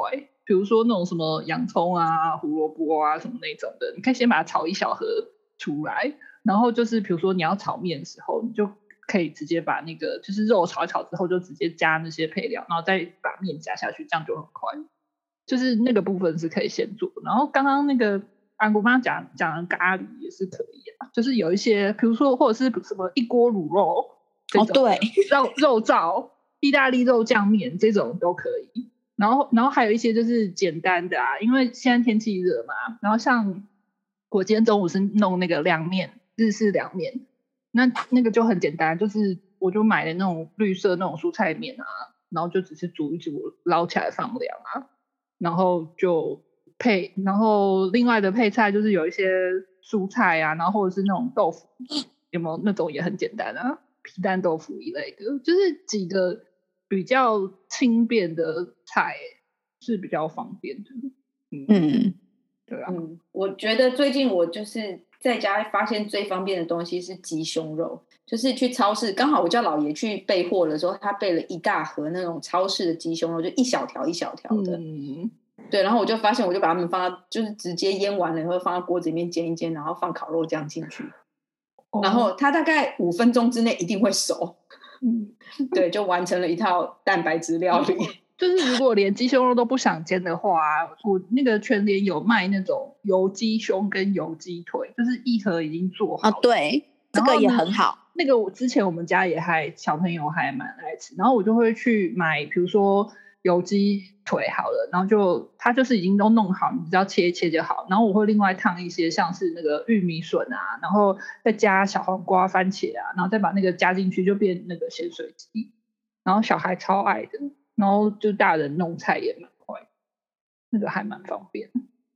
比如说那种什么洋葱啊、胡萝卜啊什么那种的，你可以先把它炒一小盒出来，然后就是比如说你要炒面的时候，你就可以直接把那个就是肉炒一炒之后，就直接加那些配料，然后再把面加下去，这样就很快。就是那个部分是可以先做，然后刚刚那个安姑妈讲的咖喱也是可以啊，就是有一些比如说或者是什么一锅卤肉对， 肉燥意大利肉酱面这种都可以。然后还有一些就是简单的啊，因为现在天气热嘛，然后像我今天中午是弄那个凉面，日式凉面，那个就很简单，就是我就买了那种绿色那种蔬菜面啊，然后就只是煮一煮，捞起来放凉啊，然后就然后另外的配菜就是有一些蔬菜啊，然后或者是那种豆腐，有没有那种也很简单啊，皮蛋豆腐一类的，就是几个比较轻便的菜是比较方便的。对啊。 我觉得最近我就是在家发现最方便的东西是鸡胸肉，就是去超市，刚好我叫老爷去备货的时候，他备了一大盒那种超市的鸡胸肉，就一小条一小条的。对，然后我就发现，我就把它们放到，就是直接腌完了以后放到锅子里面煎一煎，然后放烤肉酱进去，然后它大概5分钟之内一定会熟。对，就完成了一套蛋白质料理。 就是如果连鸡胸肉都不想煎的话，我那个全联有卖那种油鸡胸跟油鸡腿，就是一盒已经做好。 对，这个也很好。 那个之前我们家也小朋友还蛮爱吃，然后我就会去买，比如说油鸡腿好了，然后它就是已经都弄好，你只要切一切就好。然后我会另外烫一些像是那个玉米笋啊，然后再加小黄瓜、番茄啊，然后再把那个加进去，就变那个咸水鸡。然后小孩超爱的，然后就大人弄菜也蛮快，那个还蛮方便。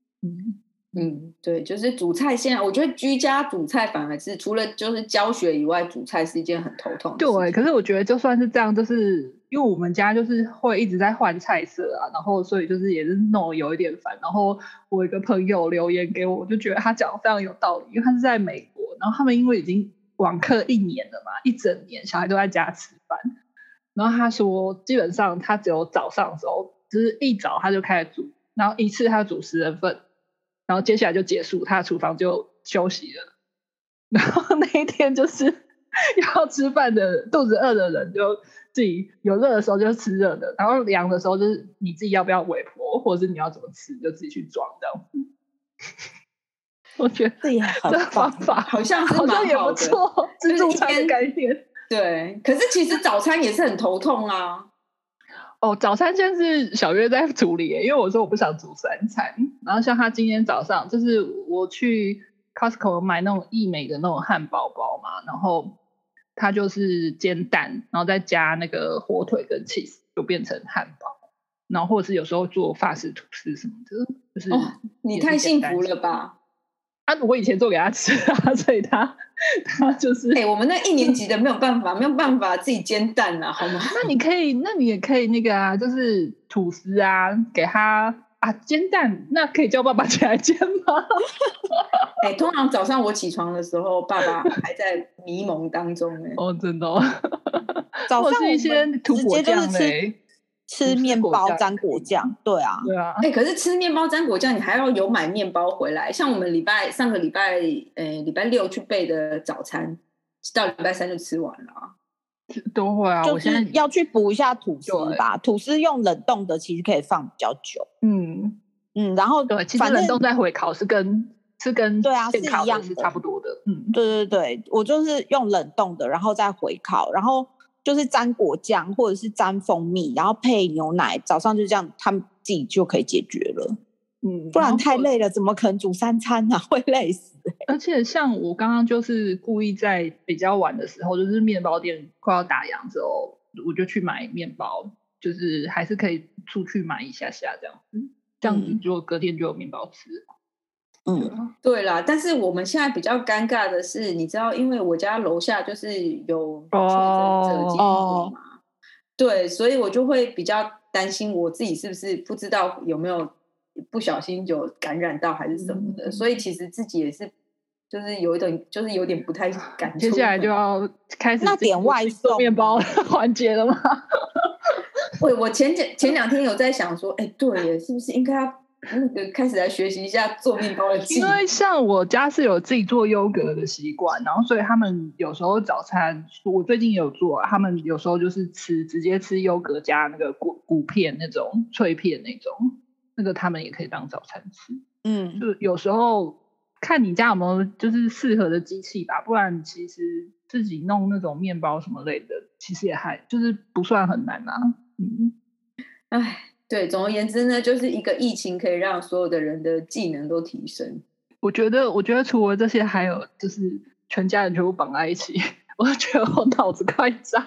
对，就是煮菜现在我觉得居家煮菜反而是除了就是教学以外，煮菜是一件很头痛的事情。 对，可是我觉得就算是这样，就是因为我们家就是会一直在换菜色啊，然后所以就是也是弄得有一点烦。然后我一个朋友留言给我，我就觉得他讲得非常有道理，因为他是在美国，然后他们因为已经网课1年了嘛，一整年小孩都在家吃饭，然后他说基本上他只有早上的时候就是一早他就开始煮，然后一次他煮10人份，然后接下来就结束，他的厨房就休息了。然后那一天就是要吃饭的肚子饿的人就自己有热的时候就吃热的，然后凉的时候就是你自己要不要微波，或者是你要怎么吃就自己去装这样。我觉得这方法好像是蛮也不错，自助餐的概念。 对，可是其实早餐也是很头痛啊。 早餐现在是小月在处理因为我说我不想煮3餐，然后像他今天早上就是我去 Costco 买那种益美的那种汉堡包嘛，然后他就是煎蛋，然后再加那个火腿跟 cheese 就变成汉堡，然后或者是有时候做法式吐司什么的，就是你太幸福了吧。 我以前做给他吃啊，所以他就是我们那1年级的没有办法自己煎蛋啊，好吗？ 那你也可以那个啊，就是吐司啊，给他煎蛋，那可以叫爸爸起来煎吗？ 通常早上我起床的时候，爸爸还在迷蒙当中真的早上是一些涂果酱吃面包沾果酱，对啊。 可是吃面包沾果酱，你还要有买面包回来。像我们上个礼拜6去备的早餐，到礼拜3就吃完了。 都会啊， 就是要去补一下吐司吧。吐司用冷冻的其实可以放比较久。然后对，其实冷冻再回烤是跟对啊是一样的， 是差不多的。 对，我就是用冷冻的，然后再回烤，然后就是沾果酱或者是沾蜂蜜，然后配牛奶，早上就这样，他们自己就可以解决了。不然太累了，怎么可能煮3餐啊？会累死。 而且像我刚刚就是故意在比较晚的时候，就是面包店快要打烊之后，我就去买面包，就是还是可以出去买一下下这样子，这样子就隔天就有面包吃。 对啦，但是我们现在比较尴尬的是，你知道，因为我家楼下就是有确诊者经过嘛，对，所以我就会比较担心我自己是不是不知道有没有不小心有感染到还是什么的，所以其实自己也是就是有点不太敢。 接下来就要开始那点外送面包环节了吗？ 我前2天有在想说，对耶，是不是应该要开始来学习一下做面包的技能？ 因为像我家是有自己做优格的习惯，然后所以他们有时候早餐，我最近也有做，他们有时候就是直接吃优格加那个谷片那种脆片那种，那个他们也可以当早餐吃。就有时候看你家有没有就是适合的机器吧，不然其实自己弄那种面包什么类的，其实也还就是不算很难啊。 对，总而言之呢，就是一个疫情可以让所有的人的技能都提升。 我觉得除了这些，还有就是全家人全部绑在一起，我觉得我脑子快炸。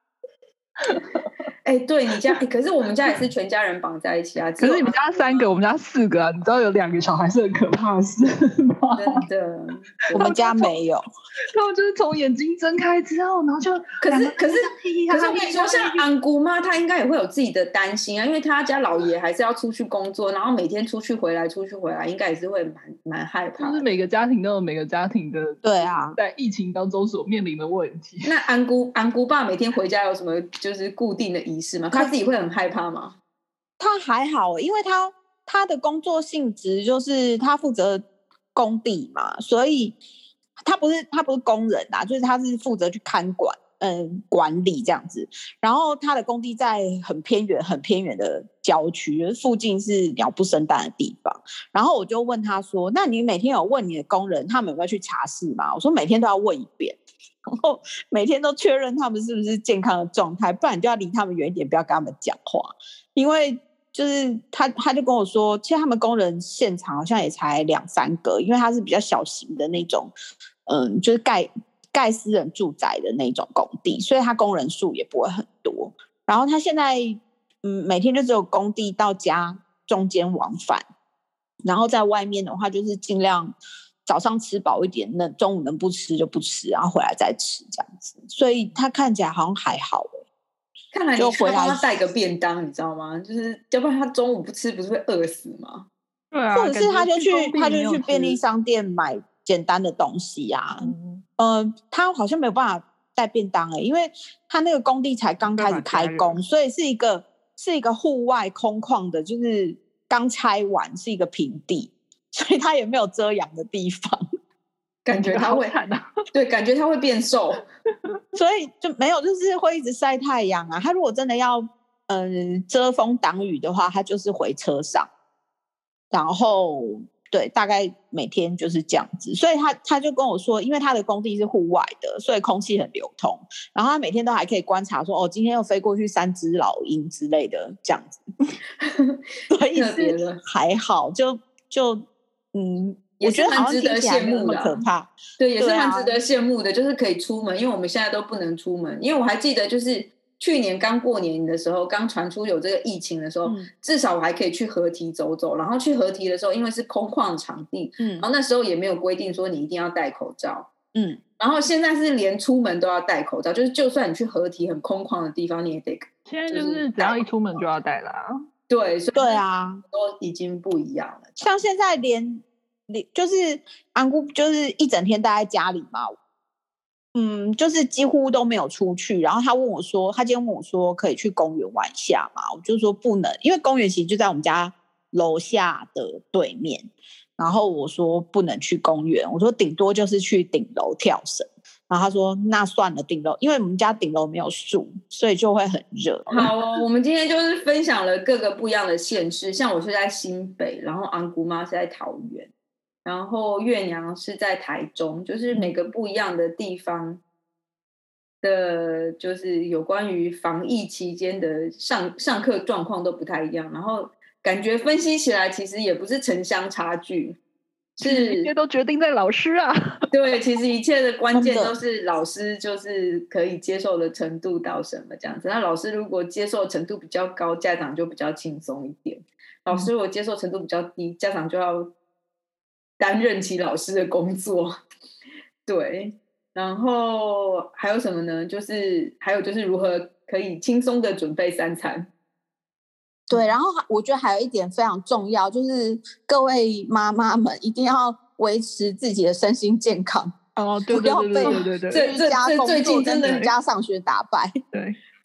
对你家，可是我们家也是全家人绑在一起啊。 可是你们家3个，我们家4个啊，你知道有2个小孩是很可怕的事吗？ 真的， 我们家没有。 他们就是从眼睛睁开之后，然后就可是我跟你说，像安姑妈，她应该也会有自己的担心啊，因为她家老爷还是要出去工作，然后每天出去回来，应该也是会蛮害怕的。 就是每个家庭都有每个家庭的在疫情当中所面临的问题。 那安姑爸每天回家有什么就是固定的仪式吗？他自己会很害怕吗？ 他还好，因为他的工作性质就是他负责工地嘛，所以他不是工人啊，就是他是负责去看管管理这样子。然后他的工地在很偏远的郊区，附近是鸟不生蛋的地方。然后我就问他说，那你每天有问你的工人他们有没有去查室吗？我说每天都要问一遍，然后每天都确认他们是不是健康的状态，不然你就要离他们远一点，不要跟他们讲话。因为就是他就跟我说，其实他们工人现场好像也才2-3个，因为他是比较小型的那种就是盖私人住宅的那种工地，所以他工人数也不会很多。然后他现在每天就只有工地到家中间往返，然后在外面的话就是尽量早上吃饱一点，那中午能不吃就不吃，然后回来再吃这样子。所以他看起来好像还好看来你就回来帮他带个便当，你知道吗？就是要不然他中午不吃不是会饿死吗？ 对啊， 或者是他就去便利商店买简单的东西啊。他好像没有办法带便当因为他那个工地才刚开始开工，所以是一个户外空旷的，就是刚拆完是一个平地，所以他也没有遮阳的地方。 感觉他会对，感觉他会变瘦， 所以就没有，就是会一直晒太阳啊。他如果真的要遮风挡雨的话，他就是回车上，然后对，大概每天就是这样子。所以他就跟我说，因为他的工地是户外的，所以空气很流通，然后他每天都还可以观察说，今天又飞过去3只老鹰之类的这样子。所以是还好，就也是蛮值得羡慕的， 可怕。 对，也是蛮值得羡慕的，就是可以出门，因为我们现在都不能出门。因为我还记得，就是去年刚过年的时候，刚传出有这个疫情的时候，至少我还可以去河堤走走。然后去河堤的时候，因为是空旷场地，然后那时候也没有规定说你一定要戴口罩，然后现在是连出门都要戴口罩，就是就算你去河堤很空旷的地方，你也得。 现在就是只要一出门就要戴啦。 对，所以对啊， 都已经不一样了。 像现在就是安姑就是一整天待在家里嘛，就是几乎都没有出去。然后他今天问我说可以去公园玩一下嘛，我就说不能，因为公园其实就在我们家楼下的对面。然后我说不能去公园，我说顶多就是去顶楼跳绳。然后他说那算了，顶楼因为我们家顶楼没有树，所以就会很热。 好我们今天就是分享了各个不一样的县市，像我是在新北，然后安姑妈是在桃园，然后月娘是在台中，就是每个不一样的地方的就是有关于防疫期间的上课状况都不太一样，然后感觉分析起来其实也不是城乡差距，是一切都决定在老师啊。 对，其实一切的关键都是老师就是可以接受的程度到什么这样子。那老师如果接受程度比较高，家长就比较轻松一点，老师如果接受程度比较低，家长就要担任起老师的工作。对，然后还有什么呢？还有就是如何可以轻松的准备3餐。 对，然后我觉得还有一点非常重要，就是各位妈妈们一定要维持自己的身心健康。 对， 不要被居家工作跟居家上学打败。 对，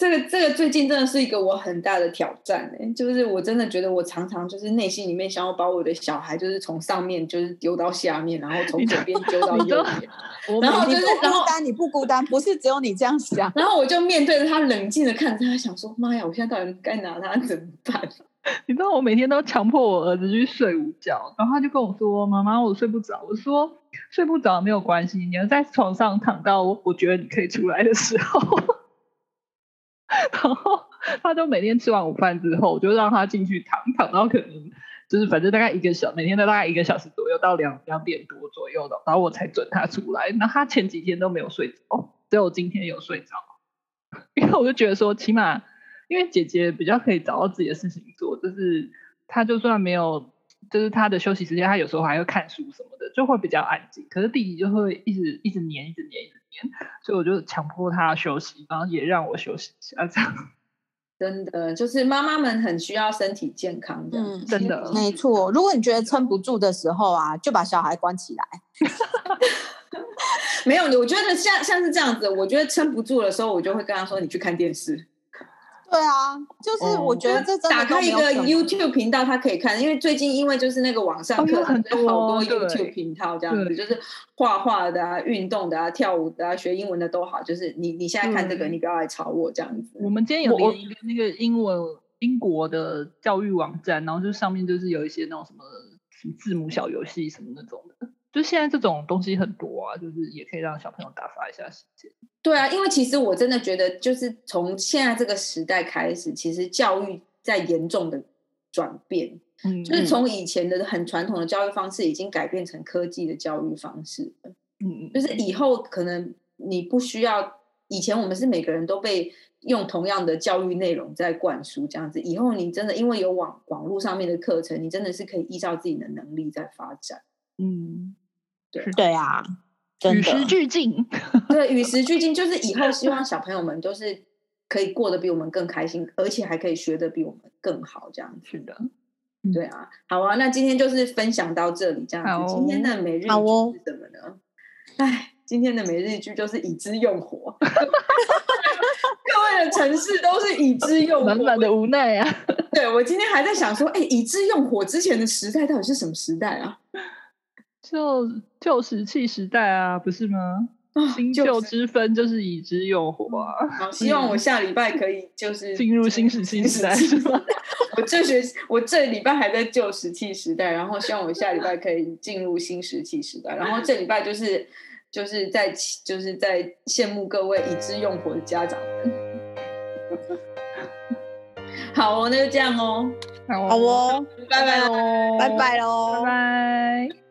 这个最近真的是一个我很大的挑战就是我真的觉得我常常就是内心里面想要把我的小孩就是从上面就是丢到下面，然后从左边丢到右边，然后就是你不孤单，不是只有你这样想。 然后我就面对着他，冷静的看着他，想说妈呀，我现在到底该拿他怎么办？ 你知道我每天都强迫我儿子去睡午觉，然后他就跟我说：“妈妈，我睡不着。”我说：“睡不着没有关系，你要在床上躺到我觉得你可以出来的时候。”然后他就每天吃完午饭之后，我就让他进去躺到可能就是反正大概每天都大概1个小时左右到2点多左右的，然后我才准他出来。那他前几天都没有睡着，只有今天有睡着，因为我就觉得说起码。因为姐姐比较可以找到自己的事情做，就是她就算没有，就是她的休息时间，她有时候还会看书什么的，就会比较安静。可是弟弟就会一直黏，所以我就强迫他休息，然后也让我休息一下，这样。 真的，就是妈妈们很需要身体健康的， 真的没错。如果你觉得撑不住的时候啊，就把小孩关起来。 没有，我觉得像是这样子，我觉得撑不住的时候，我就会跟他说：“你去看电视。” 对啊，就是我觉得这真的打开一个 YouTube 频道，他可以看，因为最近因为就是那个网上课程，有好多 YouTube 频道这样子，就是画画的啊、运动的啊、跳舞的啊、学英文的都好，就是你现在看这个，你不要来吵我这样子。 我们今天有连一个那个英国的教育网站，然后就上面就是有一些那种什么字母小游戏什么那种的。就现在这种东西很多啊，就是也可以让小朋友打发一下时间。 对啊，因为其实我真的觉得，就是从现在这个时代开始，其实教育在严重的转变，就是从以前的很传统的教育方式，已经改变成科技的教育方式了。就是以后可能你不需要，以前我们是每个人都被用同样的教育内容在灌输这样子，以后你真的因为有网络上面的课程，你真的是可以依照自己的能力在发展。 对啊， 与时俱进。 对，与时俱进，就是以后希望小朋友们都是可以过得比我们更开心，而且还可以学得比我们更好，这样子。 是的， 对啊，好啊，那今天就是分享到这里，这样子。今天的每日一句是什么呢？今天的每日一句就是以之用火。各位的城市都是以之用火， 满满的无奈啊。 对，我今天还在想说，以之用火之前的时代到底是什么时代啊？ 旧石器时代啊，不是吗？新旧之分就是以之用火啊。 好，希望我下礼拜可以就是进入新石器时代，是吗？ 我这礼拜还在旧石器时代，然后希望我下礼拜可以进入新石器时代，然后这礼拜就是在羡慕各位以之用火的家长们。好哦，那就这样哦。 好哦， 拜拜喽， 拜拜喽， 拜拜。